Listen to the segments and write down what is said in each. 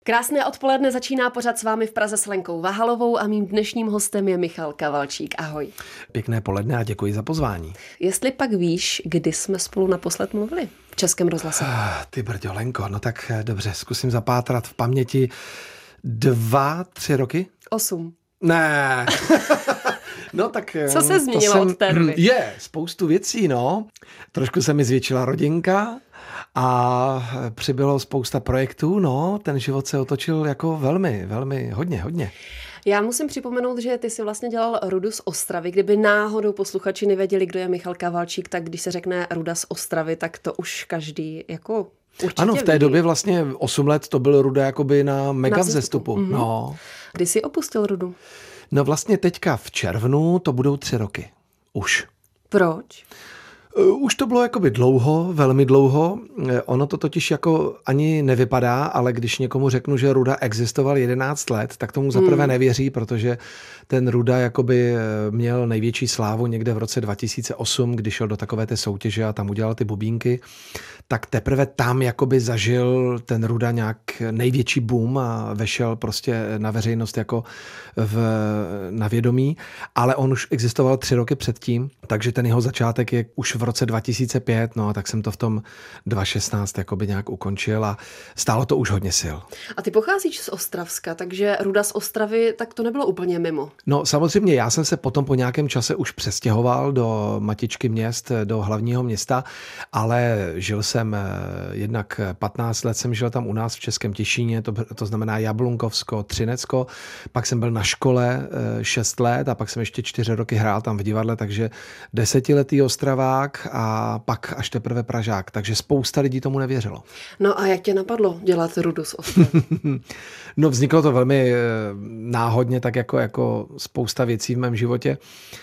Krásné odpoledne, začíná pořad s vámi v Praze s Lenkou Vahalovou a mým dnešním hostem je Michal Kavalčík. Ahoj. Pěkné poledne a děkuji za pozvání. Jestli pak víš, kdy jsme spolu naposled mluvili v Českém rozhlase? Ty brďo, Lenko, no tak dobře, zkusím zapátrat v paměti 2-3 roky? 8. Ne. No tak... Co se změnilo od té doby? Spoustu věcí, no. Trošku se mi zvětšila rodinka a přibylo spousta projektů, no. Ten život se otočil jako velmi, hodně. Já musím připomenout, že ty si vlastně dělal Rudu z Ostravy. Kdyby náhodou posluchači nevěděli, kdo je Michal Kavalčík, tak když se řekne Ruda z Ostravy, tak to už každý jako určitě ano, v té době vlastně 8 let to byl Ruda jakoby na mega vzestupu. Mm-hmm. No. Kdy jsi opustil Rudu? No vlastně teďka v červnu to budou 3 roky. Už. Proč? Už to bylo jakoby dlouho, velmi dlouho. Ono to totiž jako ani nevypadá, ale když někomu řeknu, že Ruda existoval 11 let, tak tomu zaprvé nevěří, protože ten Ruda jakoby měl největší slávu někde v roce 2008, když šel do takové té soutěže a tam udělal ty bubínky, tak teprve tam jakoby zažil ten Ruda nějak největší boom a vešel prostě na veřejnost jako na vědomí, ale on už existoval 3 roky předtím, takže ten jeho začátek je už v roce 2005, no a tak jsem to v tom 2016 jakoby nějak ukončil a stálo to už hodně sil. A ty pocházíš z Ostravska, takže Ruda z Ostravy, tak to nebylo úplně mimo. No samozřejmě, já jsem se potom po nějakém čase už přestěhoval do matičky měst, do hlavního města, ale žil jsem jednak 15 let jsem žil tam u nás v Českém Těšíně, to znamená Jablunkovsko, Třinecko, pak jsem byl na škole 6 let a pak jsem ještě 4 roky hrál tam v divadle, takže 10letý Ostravák a pak až teprve Pražák, takže spousta lidí tomu nevěřilo. No a jak tě napadlo dělat Rudu z Ostravy? No vzniklo to velmi náhodně, tak jako spousta věcí v mém životě.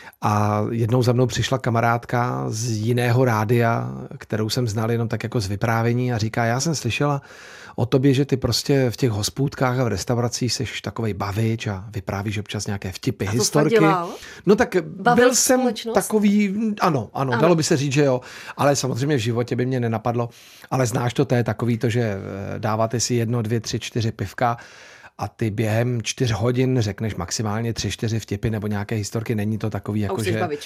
A jednou za mnou přišla kamarádka z jiného rádia, kterou jsem znal jenom tak jako z vyprávění a říká, já jsem slyšela o tobě, že ty prostě v těch hospůdkách a v restauracích jsi takovej bavič a vyprávíš občas nějaké vtipy, a historky. To dělal? No tak byl jsem společnost? takový, ano, dalo by se říct, že jo, ale samozřejmě v životě by mě nenapadlo, ale znáš to je takový to, že dáváte si 1, 2, 3, 4 pivka a ty během 4 hodin řekneš maximálně 3-4 vtipy nebo nějaké historky. Není to takový, jako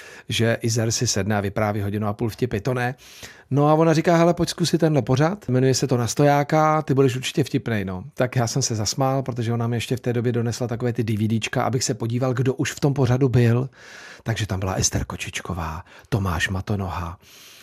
že Izer si sedne a vypráví 1,5 hodiny vtipy. To ne. No a ona říká, hele, pojď zkusit tenhle pořad. Jmenuje se to Na stojáka, ty budeš určitě vtipnej. No. Tak já jsem se zasmál, protože ona mi ještě v té době donesla takové ty DVDčka, abych se podíval, kdo už v tom pořadu byl. Takže tam byla Ester Kočičková, Tomáš Matonoha,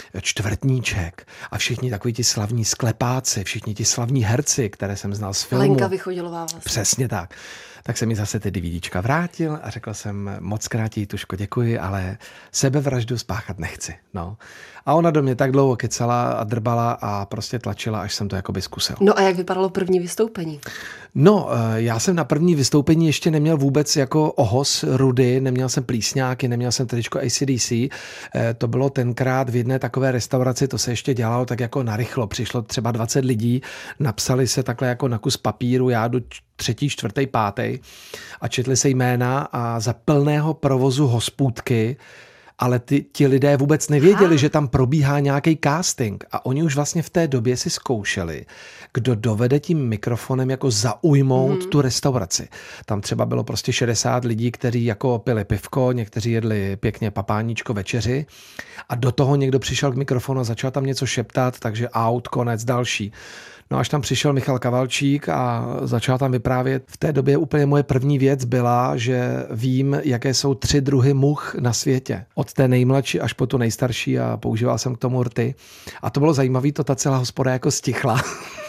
Čtvrtníček a všichni takoví ti slavní sklepáci, všichni ti slavní herci, které jsem znal z filmu. Lenka Vychodilová vlastně. Přesně tak. Tak jsem mi zase ty DVDčka vrátil a řekl jsem, moc krát jí, Tuško, děkuji, ale sebevraždu spáchat nechci. No. A ona do mě tak dlouho kecala a drbala a prostě tlačila, až jsem to jakoby zkusil. No a jak vypadalo první vystoupení? No, já jsem na první vystoupení ještě neměl vůbec jako ohos Rudy, neměl jsem plísňáky, neměl jsem tričko AC/DC. To bylo tenkrát v jedné takové restauraci, to se ještě dělalo tak jako narychlo. Přišlo třeba 20 lidí, napsali se takhle jako na kus papíru, já jdu 3., 4., 5. a četli se jména a za plného provozu hospůdky, ale ti lidé vůbec nevěděli, že tam probíhá nějaký casting a oni už vlastně v té době si zkoušeli, kdo dovede tím mikrofonem jako zaujmout tu restauraci. Tam třeba bylo prostě 60 lidí, kteří jako pili pivko, někteří jedli pěkně papáníčko večeři a do toho někdo přišel k mikrofonu a začal tam něco šeptat, takže out, konec, další. No až tam přišel Michal Kavalčík a začal tam vyprávět. V té době úplně moje první věc byla, že vím, jaké jsou 3 druhy much na světě. Od té nejmladší až po tu nejstarší a používal jsem k tomu rty. A to bylo zajímavé, to ta celá hospoda jako stichla.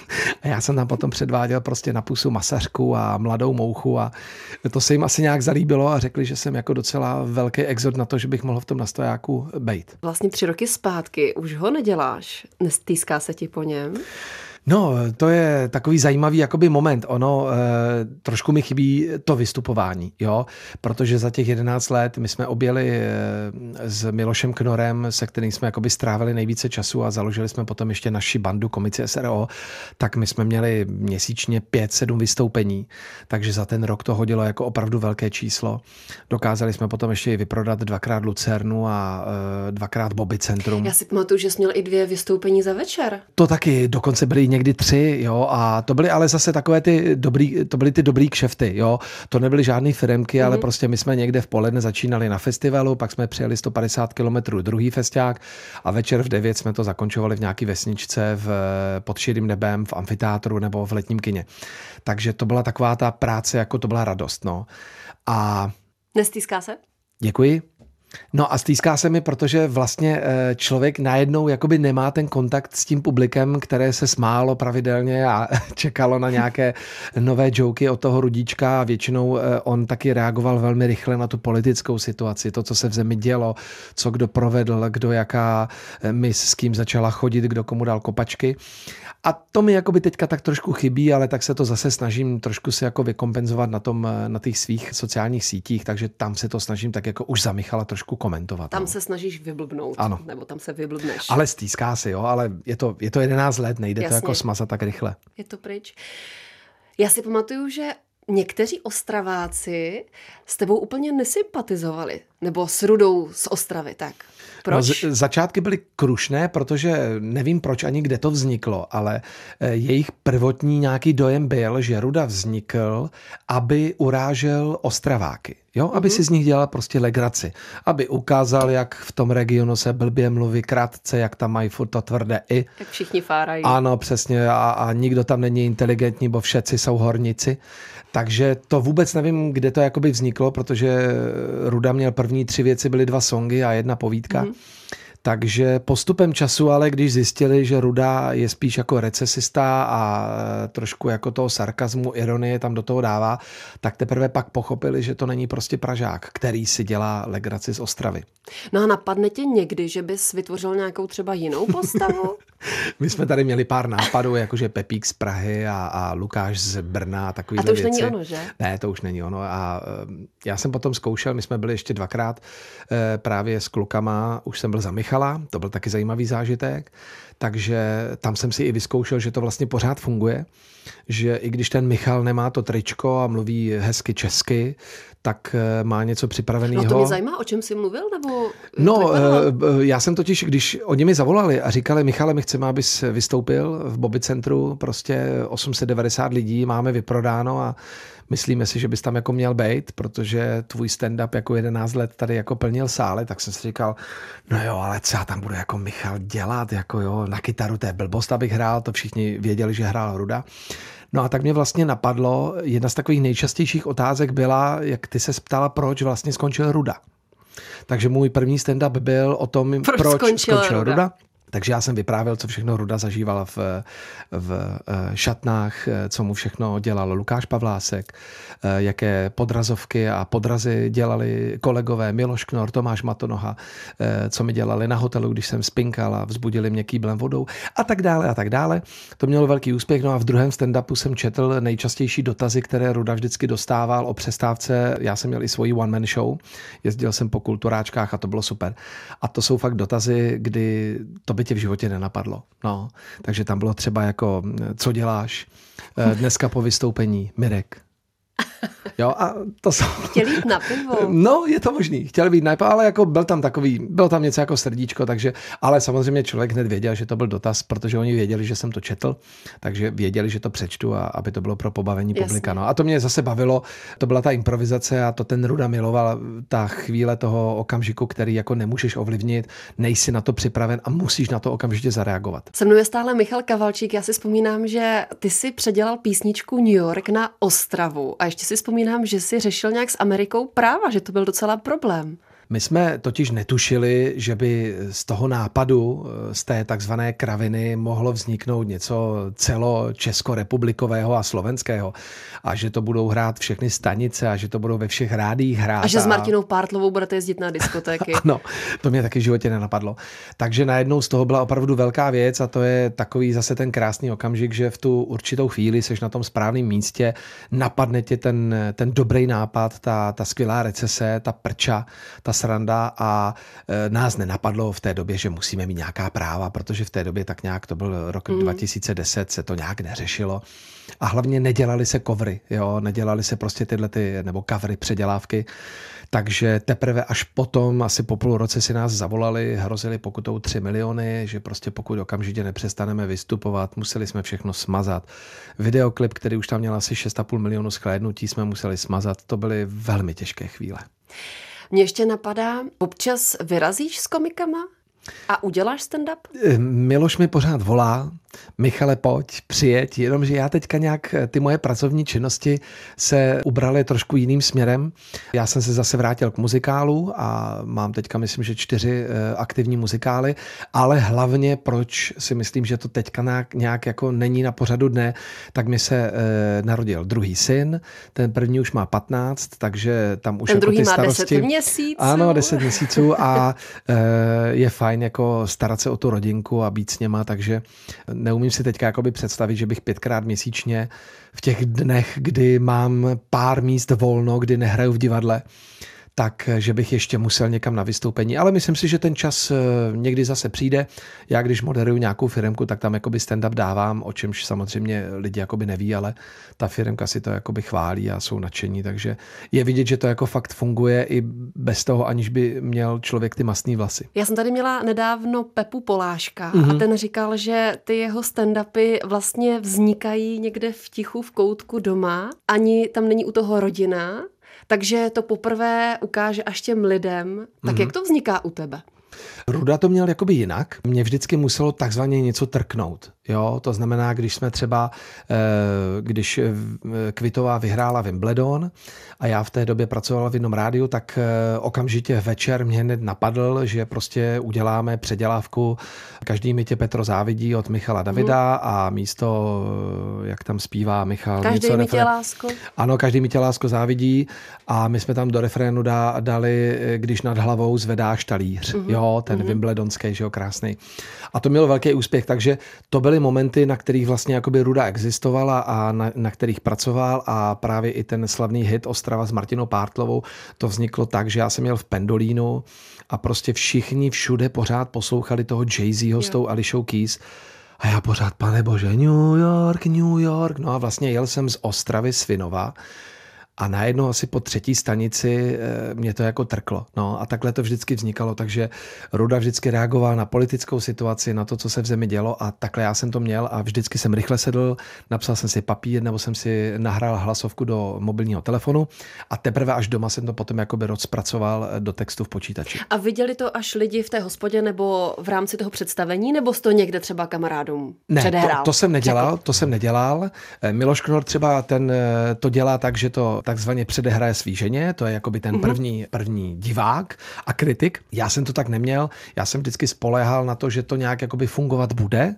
A já jsem tam potom předváděl prostě na pusu masařku a mladou mouchu a to se jim asi nějak zalíbilo a řekli, že jsem jako docela velký exot na to, že bych mohl v tom Na stojáku bejt. Vlastně 3 roky zpátky už ho neděláš, nestýská se ti po něm? No, to je takový zajímavý jakoby moment. Ono trošku mi chybí to vystupování, jo, protože za těch 11 let my jsme objeli s Milošem Knorem, se kterým jsme jakoby strávili nejvíce času a založili jsme potom ještě naši bandu Komici SRO, tak my jsme měli měsíčně 5-7 vystoupení, takže za ten rok to hodilo jako opravdu velké číslo. Dokázali jsme potom ještě i vyprodat 2krát Lucernu a 2krát Bobby Centrum. Já si pamatuju, že jsi měl i 2 vystoupení za večer. To taky, dokonce byly někdy 3, jo, a to byly ale zase takové ty dobrý kšefty, jo. To nebyly žádný firemky, ale prostě my jsme někde v poledne začínali na festivalu, pak jsme přijeli 150 kilometrů druhý festiák a večer v 9 jsme to zakončovali v nějaký vesničce pod širým nebem, v amfiteátru nebo v letním kině. Takže to byla taková ta práce, jako to byla radost, no. A nestýská se? Děkuji. No a stýská se mi, protože vlastně člověk najednou jakoby nemá ten kontakt s tím publikem, které se smálo pravidelně a čekalo na nějaké nové joky od toho Rudíčka a většinou on taky reagoval velmi rychle na tu politickou situaci, to, co se v zemi dělo, co kdo provedl, kdo jaká mis s kým začala chodit, kdo komu dal kopačky. A to mi jakoby teďka tak trošku chybí, ale tak se to zase snažím trošku si jako vykompenzovat na těch svých sociálních sítích, takže tam se to snažím tak jako už za Michala trošku komentovat. Tam se snažíš vyblbnout, ano. Nebo tam se vyblbneš. Ale stýská si, jo, ale je to 11 let, nejde to jako smazat tak rychle. Je to pryč. Já si pamatuju, že někteří Ostraváci s tebou úplně nesympatizovali, nebo s Rudou z Ostravy, tak proč? No, začátky byly krušné, protože nevím proč ani kde to vzniklo, ale jejich prvotní nějaký dojem byl, že Ruda vznikl, aby urážel Ostraváky. Jo, aby si z nich dělal prostě legraci. Aby ukázal, jak v tom regionu se blbě mluví krátce, jak tam mají furt to tvrdé i. Jak všichni fárají. Ano, přesně. A nikdo tam není inteligentní, bo všetci jsou horníci. Takže to vůbec nevím, kde to jakoby vzniklo, protože Ruda měl první 3 věci, byly 2 songy a 1 povídka. Takže postupem času, ale když zjistili, že Ruda je spíš jako recesista a trošku jako toho sarkazmu, ironie tam do toho dává, tak teprve pak pochopili, že to není prostě Pražák, který si dělá legraci z Ostravy. No a napadne tě někdy, že bys vytvořil nějakou třeba jinou postavu? My jsme tady měli pár nápadů, jakože Pepík z Prahy a Lukáš z Brna a takovýhle věci. A to už věci. není ono, že? Ne, to už není ono. A já jsem potom zkoušel, my jsme byli ještě 2krát právě s klukama, už jsem byl za Michala, to byl taky zajímavý zážitek, takže tam jsem si i vyzkoušel, že to vlastně pořád funguje, že i když ten Michal nemá to tričko a mluví hezky česky, tak má něco připraveného. No to mě zajímá, o čem jsi mluvil? Nebo no, já jsem totiž, když oni mi zavolali a říkali, Michale, my chceme, abys vystoupil v Bobby Centru, prostě 890 lidí máme vyprodáno a myslíme si, že bys tam jako měl být, protože tvůj stand-up jako 11 let tady jako plnil sály, tak jsem si říkal, no jo, ale co já tam budu jako Michal dělat, jako jo, na kytaru, to je blbost, abych hrál, to všichni věděli, že hrál Ruda. No a tak mě vlastně napadlo, jedna z takových nejčastějších otázek byla, jak ty se ptala, proč vlastně skončil Ruda. Takže můj první stand-up byl o tom, proč skončil Ruda. Takže já jsem vyprávěl, co všechno Ruda zažívala v šatnách, co mu všechno dělal Lukáš Pavlásek, jaké podrazovky a podrazy dělali kolegové Miloš Knor, Tomáš Matonoha, co mi dělali na hotelu, když jsem spinkal a vzbudili mě kýblem vodou a tak dále a tak dále. To mělo velký úspěch. No a v druhém stand-upu jsem četl nejčastější dotazy, které Ruda vždycky dostával o přestávce. Já jsem měl i svoji one-man show, jezdil jsem po kulturáčkách a to bylo super. A to jsou fakt dotazy, kdy to by tě v životě nenapadlo. No, takže tam bylo třeba jako, co děláš dneska po vystoupení, Mirek. Jo, a to jsou... Chtěli jít na pivo. No, je to možný. Chtěli být na pivo, ale jako bylo tam něco jako srdíčko, takže, ale samozřejmě člověk hned věděl, že to byl dotaz, protože oni věděli, že jsem to četl, takže věděli, že to přečtu a aby to bylo pro pobavení publika. No, a to mě zase bavilo, to byla ta improvizace a to ten Ruda miloval, ta chvíle toho okamžiku, který jako nemůžeš ovlivnit, nejsi na to připraven a musíš na to okamžitě zareagovat. Se mnou je stále Michal Kavalčík, já si vzpomínám, že ty si předělal písničku New York na Ostravu a ještě si vzpomínám, že si řešil nějak s Amerikou práva, že to byl docela problém. My jsme totiž netušili, že by z toho nápadu, z té takzvané kraviny mohlo vzniknout něco celočeskorepublikového a slovenského. A že to budou hrát všechny stanice a že to budou ve všech rádiích hrát. A že s Martinou Pártlovou budete jezdit na diskotéky. Ano, to mě taky v životě nenapadlo. Takže najednou z toho byla opravdu velká věc a to je takový zase ten krásný okamžik, že v tu určitou chvíli seš na tom správném místě, napadne tě ten dobrý nápad, ta skvělá recese, ta prča, ta sranda a nás nenapadlo v té době, že musíme mít nějaká práva, protože v té době tak nějak, to byl rok 2010, se to nějak neřešilo. A hlavně nedělali se covery, jo, nedělali se prostě nebo covery, předělávky. Takže teprve až potom, asi po půl roce si nás zavolali, hrozili pokutou 3 miliony, že prostě pokud okamžitě nepřestaneme vystupovat, museli jsme všechno smazat. Videoklip, který už tam měl asi 6,5 milionu shlédnutí, jsme museli smazat. To byly velmi těžké chvíle. Mně ještě napadá, občas vyrazíš s komikama a uděláš stand-up? Miloš mi pořád volá, Michale, pojď, přijeď, jenomže já teďka nějak ty moje pracovní činnosti se ubraly trošku jiným směrem. Já jsem se zase vrátil k muzikálu a mám teďka, myslím, že 4 aktivní muzikály, ale hlavně proč si myslím, že to teďka nějak jako není na pořadu dne, tak mi se narodil druhý syn, ten první už má 15, takže tam už ten jako druhý ty má starosti... 10 měsíců. Ano, 10 měsíců a je fajn jako starat se o tu rodinku a být s něma, takže neumím si teďka jakoby představit, že bych 5krát měsíčně v těch dnech, kdy mám pár míst volno, kdy nehraju v divadle, tak že bych ještě musel někam na vystoupení. Ale myslím si, že ten čas někdy zase přijde. Já když moderuju nějakou firemku, tak tam jakoby stand-up dávám, o čemž samozřejmě lidi jakoby neví, ale ta firemka si to jakoby chválí a jsou nadšení, takže je vidět, že to jako fakt funguje i bez toho, aniž by měl člověk ty mastný vlasy. Já jsem tady měla nedávno Pepu Poláška a ten říkal, že ty jeho stand-upy vlastně vznikají někde v tichu v koutku doma, ani tam není u toho rodina, takže to poprvé ukáže až těm lidem. Tak jak to vzniká u tebe? Ruda to měl jakoby jinak. Mě vždycky muselo takzvaně něco trknout. Jo? To znamená, když jsme třeba, když Kvitová vyhrála Wimbledon a já v té době pracoval v jednom rádiu, tak okamžitě večer mě hned napadl, že prostě uděláme předělávku Každý mi tě Petro závidí od Michala Davida a místo, jak tam zpívá Michal. Každý mi tě lásko. Ano, Každý mi tě lásko závidí a my jsme tam do refrénu dali, když nad hlavou zvedáš talíř. Jo, ten wimbledonský, že jo, krásný. A to mělo velký úspěch, takže to byly momenty, na kterých vlastně jakoby Ruda existovala a na kterých pracoval a právě i ten slavný hit Ostrava s Martinou Pártlovou, to vzniklo tak, že já jsem měl v Pendolínu a prostě všichni všude pořád poslouchali toho Jay-Zho s tou Alishou Keys. A já pořád, pane bože, New York, New York. No a vlastně jel jsem z Ostravy, Svinova a najednou asi po 3. stanici mě to jako trklo. No a takhle to vždycky vznikalo, takže Ruda vždycky reagoval na politickou situaci, na to, co se v zemi dělo a takhle já jsem to měl a vždycky jsem rychle sedl, napsal jsem si papír nebo jsem si nahrál hlasovku do mobilního telefonu a teprve až doma jsem to potom jakoby rozpracoval do textu v počítači. A viděli to až lidi v té hospodě nebo v rámci toho představení, nebo jsi to někde třeba kamarádům předehrál? Ne, to jsem nedělal. Miloš Knor třeba ten to dělá tak, že to takzvaně předehraje svý ženě, to je jakoby ten první divák a kritik. Já jsem to tak neměl, já jsem vždycky spoléhal na to, že to nějak jakoby fungovat bude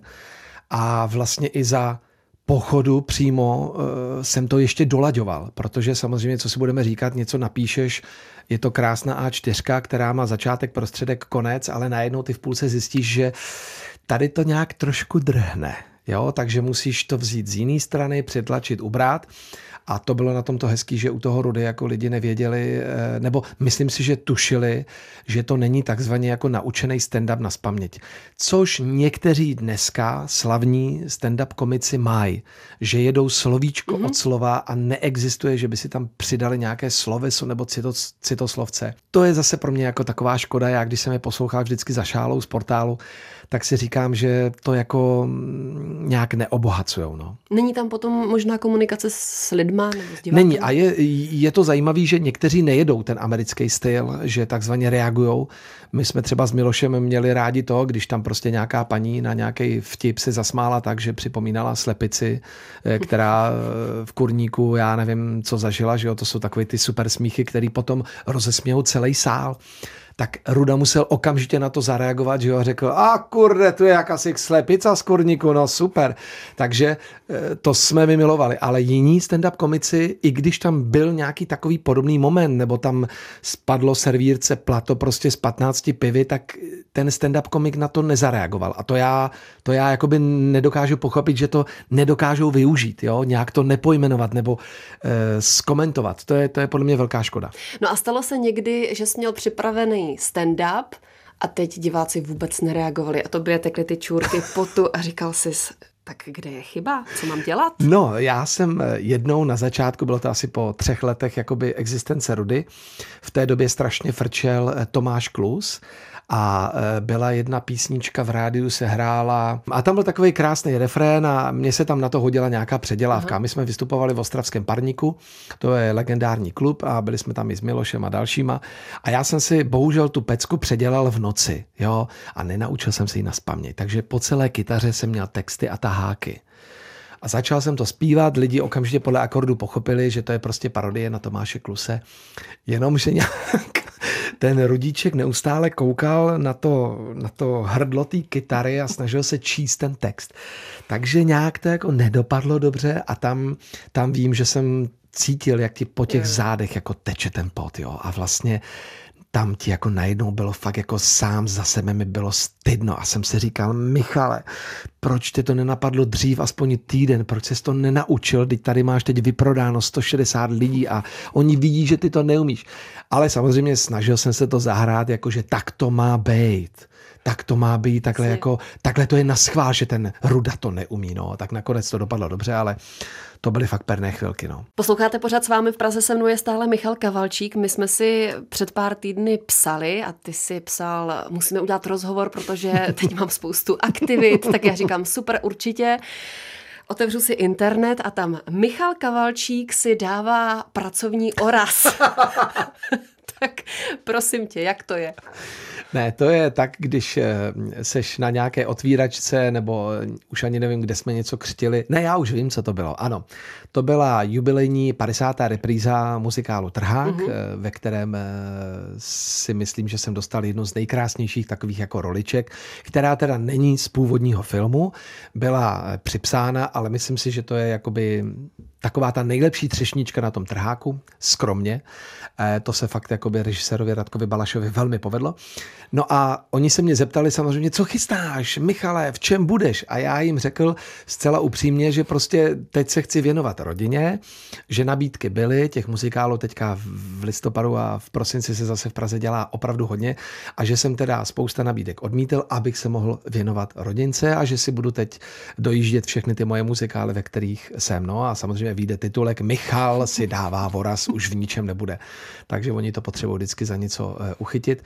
a vlastně i za pochodu přímo jsem to ještě dolaďoval, protože samozřejmě, co si budeme říkat, něco napíšeš, je to krásná A4, která má začátek, prostředek, konec, ale najednou ty v půlce zjistíš, že tady to nějak trošku drhne. Jo, takže musíš to vzít z jiné strany, přitlačit, ubrat. A to bylo na tom to hezký, že u toho Rudy jako lidi nevěděli, nebo myslím si, že tušili, že to není takzvaně jako naučený stand-up nazpaměť. Což někteří dneska slavní stand-up komici mají, že jedou slovíčko od slova a neexistuje, že by si tam přidali nějaké sloveso nebo citoslovce. To je zase pro mě jako taková škoda. Já když jsem je poslouchal vždycky za šálou z portálu, tak si říkám, že to jako nějak neobohacujou. No. Není tam potom možná komunikace s lidma nebo s diváky? Není a je to zajímavý, že někteří nejedou ten americký styl, že takzvaně reagujou. My jsme třeba s Milošem měli rádi to, když tam prostě nějaká paní na nějaký vtip se zasmála tak, že připomínala slepici, která v kurníku, já nevím, co zažila, že jo, to jsou takové ty super smíchy, který potom rozesmějou celý sál. tak Ruda musel okamžitě na to zareagovat, že jo, řekl, kurde, tu je jakási slepica z kurníku, no super. Takže to jsme vymilovali, ale jiní stand-up komici, i když tam byl nějaký takový podobný moment, nebo tam spadlo servírce plato prostě z 15 pivy, tak ten stand-up komik na to nezareagoval. A to já jakoby nedokážu pochopit, že to nedokážou využít, jo, nějak to nepojmenovat nebo zkomentovat. To je podle mě velká škoda. No a stalo se někdy, že jsi měl připravený stand-up a teď diváci vůbec nereagovali a tobě tekly ty čůrky potu a říkal jsi, tak kde je chyba? Co mám dělat? No, já jsem jednou na začátku, bylo to asi po 3 letech jakoby existence Rudy, v té době strašně frčel Tomáš Klus a byla jedna písnička v rádiu, se hrála a tam byl takový krásný refrén a mně se tam na to hodila nějaká předělávka. My jsme vystupovali v ostravském Parníku, to je legendární klub a byli jsme tam i s Milošem a dalšíma a já jsem si bohužel tu pecku předělal v noci, jo, a nenaučil jsem si ji nazpaměť, takže po celé kytaře jsem měl texty a taháky. A začal jsem to zpívat, lidi okamžitě podle akordu pochopili, že to je prostě parodie na Tomáše Kluse, jenomže nějak ten Rudíček neustále koukal na to hrdlo té kytary a snažil se číst ten text. Takže nějak to jako nedopadlo dobře a tam vím, že jsem cítil, jak ti po těch zádech jako teče ten pot, jo. A vlastně tam ti jako najednou bylo fakt jako sám za sebe mi bylo stydno a jsem si říkal, Michale, proč tě to nenapadlo dřív aspoň týden, proč jsi to nenaučil, teď tady máš teď vyprodáno 160 lidí a oni vidí, že ty to neumíš. Ale samozřejmě snažil jsem se to zahrát, jakože tak to má být. Tak to má být, takhle to je naschvál, že ten Ruda to neumí, no. Tak nakonec to dopadlo dobře, ale to byly fakt perné chvilky, no. Posloucháte pořád s vámi v Praze, se mnou je stále Michal Kavalčík. My jsme si před pár týdny psali a ty si psal, musíme udělat rozhovor, protože teď mám spoustu aktivit, tak já říkám super, určitě. Otevřu si internet a tam Michal Kavalčík si dává pracovní oraz. Tak prosím tě, jak to je? Ne, to je tak, když seš na nějaké otvíračce, nebo už ani nevím, kde jsme něco křtili. Ne, já už vím, co to bylo. Ano, to byla jubilejní 50. repríza muzikálu Trhák, ve kterém si myslím, že jsem dostal jednu z nejkrásnějších takových jako roliček, která teda není z původního filmu, byla připsána, ale myslím si, že to je jakoby taková ta nejlepší třešnička na tom Trháku, skromně. To se fakt jakoby režisérovi Radkovi Balašovi velmi povedlo. No a oni se mě zeptali samozřejmě, co chystáš, Michale, v čem budeš? A já jim řekl zcela upřímně, že prostě teď se chci věnovat rodině, že nabídky byly, těch muzikálů teďka v listopadu a v prosinci se zase v Praze dělá opravdu hodně a že jsem teda spousta nabídek odmítl, abych se mohl věnovat rodince a že si budu teď dojíždět všechny ty moje muzikály, ve kterých jsem. No a samozřejmě vyjde titulek Michal si dává voraz, už v ničem nebude. Takže oni to potřebují vždycky za něco uchytit.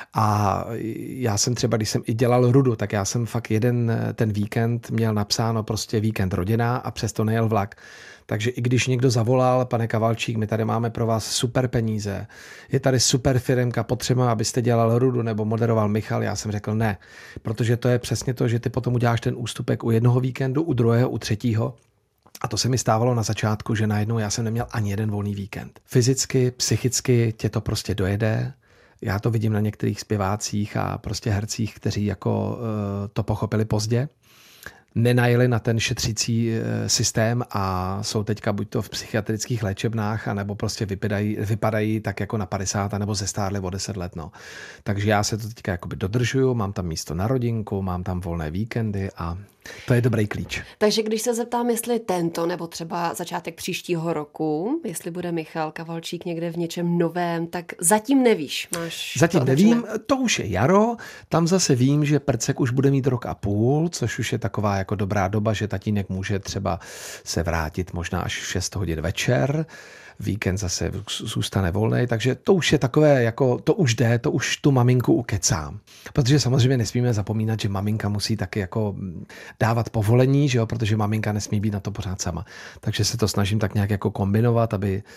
A já jsem třeba, když jsem i dělal Rudu, tak já jsem fakt ten víkend měl napsáno prostě víkend rodina a přesto nejel vlak. Takže i když někdo zavolal, pane Kavalčík, my tady máme pro vás super peníze, je tady super firemka, potřebujeme, abyste dělal Rudu nebo moderoval Michal, já jsem řekl ne, protože to je přesně to, že ty potom uděláš ten ústupek u jednoho víkendu, u druhého, u třetího. A to se mi stávalo na začátku, že najednou já jsem neměl ani jeden volný víkend. Fyzicky, psychicky tě to prostě dojede. Já to vidím na některých zpěvácích a prostě hercích, kteří jako to pochopili pozdě. Nenajeli na ten šetřící systém a jsou teďka buď to v psychiatrických léčebnách, anebo prostě vypadají tak jako na 50 nebo zestárli o 10 let. No. Takže já se to teďka jakoby dodržuju, mám tam místo na rodinku, mám tam volné víkendy a to je dobrý klíč. Takže když se zeptám, jestli tento nebo třeba začátek příštího roku, jestli bude Michal Kavalčík někde v něčem novém, tak zatím nevíš. Zatím nevím, to už je jaro, tam zase vím, že Prcek už bude mít 1,5 roku, což už je taková jako dobrá doba, že tatínek může třeba se vrátit možná až v 6 hodin večer, víkend zase zůstane volnej, takže to už je takové, jako to už jde, to už tu maminku ukecám. Protože samozřejmě nesmíme zapomínat, že maminka musí taky jako dávat povolení, že jo, protože maminka nesmí být na to pořád sama. Takže se to snažím tak nějak jako kombinovat,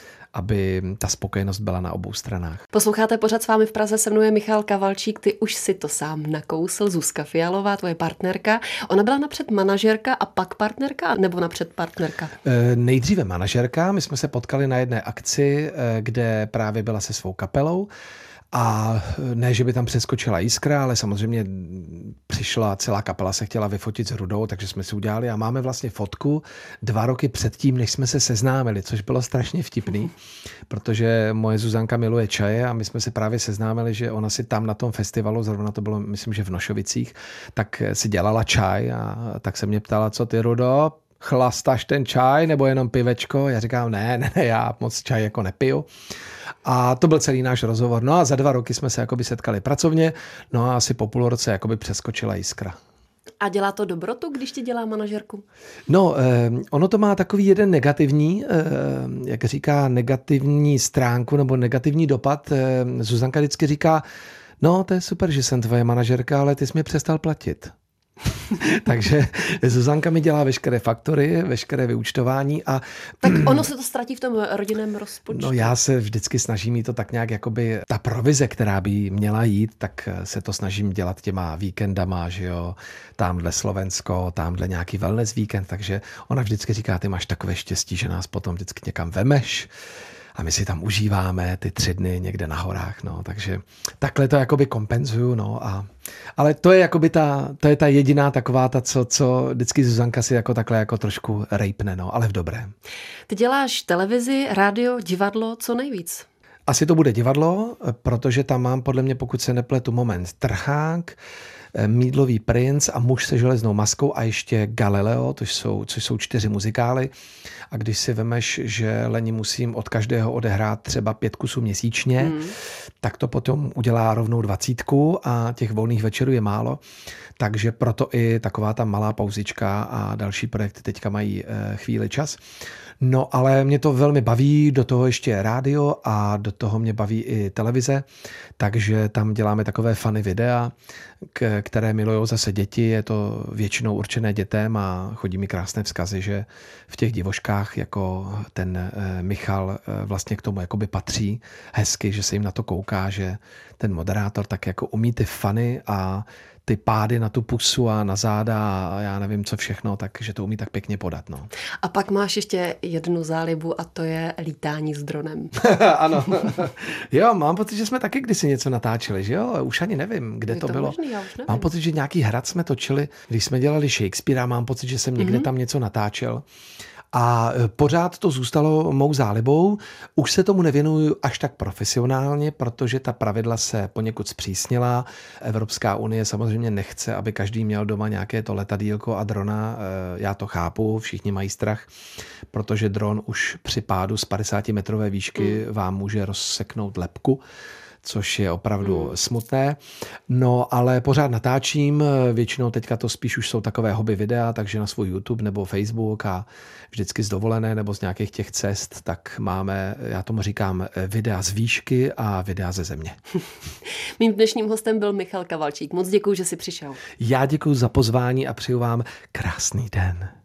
aby ta spokojenost byla na obou stranách. Posloucháte pořád s vámi v Praze, se mnou je Michal Kavalčík, ty už si to sám nakousl, Zuzka Fialová, tvoje partnerka. Ona byla napřed manažerka a pak partnerka, nebo napřed partnerka? Nejdříve manažerka, my jsme se potkali na jedné akci, kde právě byla se svou kapelou A ne, že by tam přeskočila jiskra, ale samozřejmě přišla celá kapela, se chtěla vyfotit s Rudou, takže jsme si udělali a máme vlastně fotku 2 roky předtím, než jsme se seznámili, což bylo strašně vtipný, protože moje Zuzanka miluje čaje a my jsme se právě seznámili, že ona si tam na tom festivalu, zrovna to bylo, myslím, že v Nošovicích, tak si dělala čaj a tak se mě ptala, co ty, Rudo, chlastáš ten čaj nebo jenom pivečko? Já říkám, ne, já moc čaj jako nepiju. A to byl celý náš rozhovor. No a za 2 roky jsme se jakoby setkali pracovně, no a asi po půl roce jakoby přeskočila jiskra. A dělá to dobrotu, když ti dělá manažerku? No, ono to má takový jeden negativní, jak říká, negativní stránku nebo negativní dopad. Zuzanka vždycky říká, no to je super, že jsem tvoje manažerka, ale ty jsi mě přestal platit. Takže Zuzanka mi dělá veškeré faktory, veškeré vyúčtování a... Tak ono se to ztratí v tom rodinném rozpočtu. No já se vždycky snažím jí to tak nějak, jakoby ta provize, která by měla jít, tak se to snažím dělat těma víkendama, že jo, tamhle Slovensko, tamhle nějaký wellness víkend, takže ona vždycky říká, ty máš takové štěstí, že nás potom vždycky někam vemeš. A my si tam užíváme ty 3 dny někde na horách, no, takže takhle to jakoby kompenzuju, no, ale to je jakoby ta jediná taková co vždycky Zuzanka si jako takhle jako trošku rejpne, no, ale v dobrém. Ty děláš televizi, rádio, divadlo, co nejvíc? Asi to bude divadlo, protože tam mám podle mě, pokud se nepletu, Moment Trhák, Mýdlový princ a Muž se železnou maskou a ještě Galileo, což jsou 4 muzikály. A když si vemeš, že leni musím od každého odehrát třeba 5 kusů měsíčně, tak to potom udělá rovnou 20 a těch volných večerů je málo. Takže proto i taková ta malá pauzička a další projekty teďka mají chvíli čas. No, ale mě to velmi baví, do toho ještě rádio a do toho mě baví i televize, takže tam děláme takové funny videa, které milujou zase děti, je to většinou určené dětem a chodí mi krásné vzkazy, že v těch divoškách jako ten Michal vlastně k tomu jakoby patří hezky, že se jim na to kouká, že ten moderátor tak jako umí ty funny a ty pády na tu pusu a na záda a já nevím co všechno, takže to umí tak pěkně podat. No. A pak máš ještě jednu zálibu a to je lítání s dronem. Ano. Jo, mám pocit, že jsme taky kdysi něco natáčeli, že jo? Už ani nevím, kde to bylo. Možný, já už nevím. Mám pocit, že nějaký hrad jsme točili, když jsme dělali Shakespearea, mám pocit, že jsem někde tam něco natáčel. A pořád to zůstalo mou zálibou. Už se tomu nevěnuju až tak profesionálně, protože ta pravidla se poněkud zpřísnila. Evropská unie samozřejmě nechce, aby každý měl doma nějaké to letadýlko a drona. Já to chápu, všichni mají strach, protože dron už při pádu z 50metrové výšky vám může rozseknout lebku, což je opravdu smutné. No, ale pořád natáčím, většinou teďka to spíš už jsou takové hobby videa, takže na svůj YouTube nebo Facebook a vždycky z dovolené nebo z nějakých těch cest, tak máme, já tomu říkám, videa z výšky a videa ze země. Mým dnešním hostem byl Michal Kavalčík. Moc děkuju, že jsi přišel. Já děkuju za pozvání a přeju vám krásný den.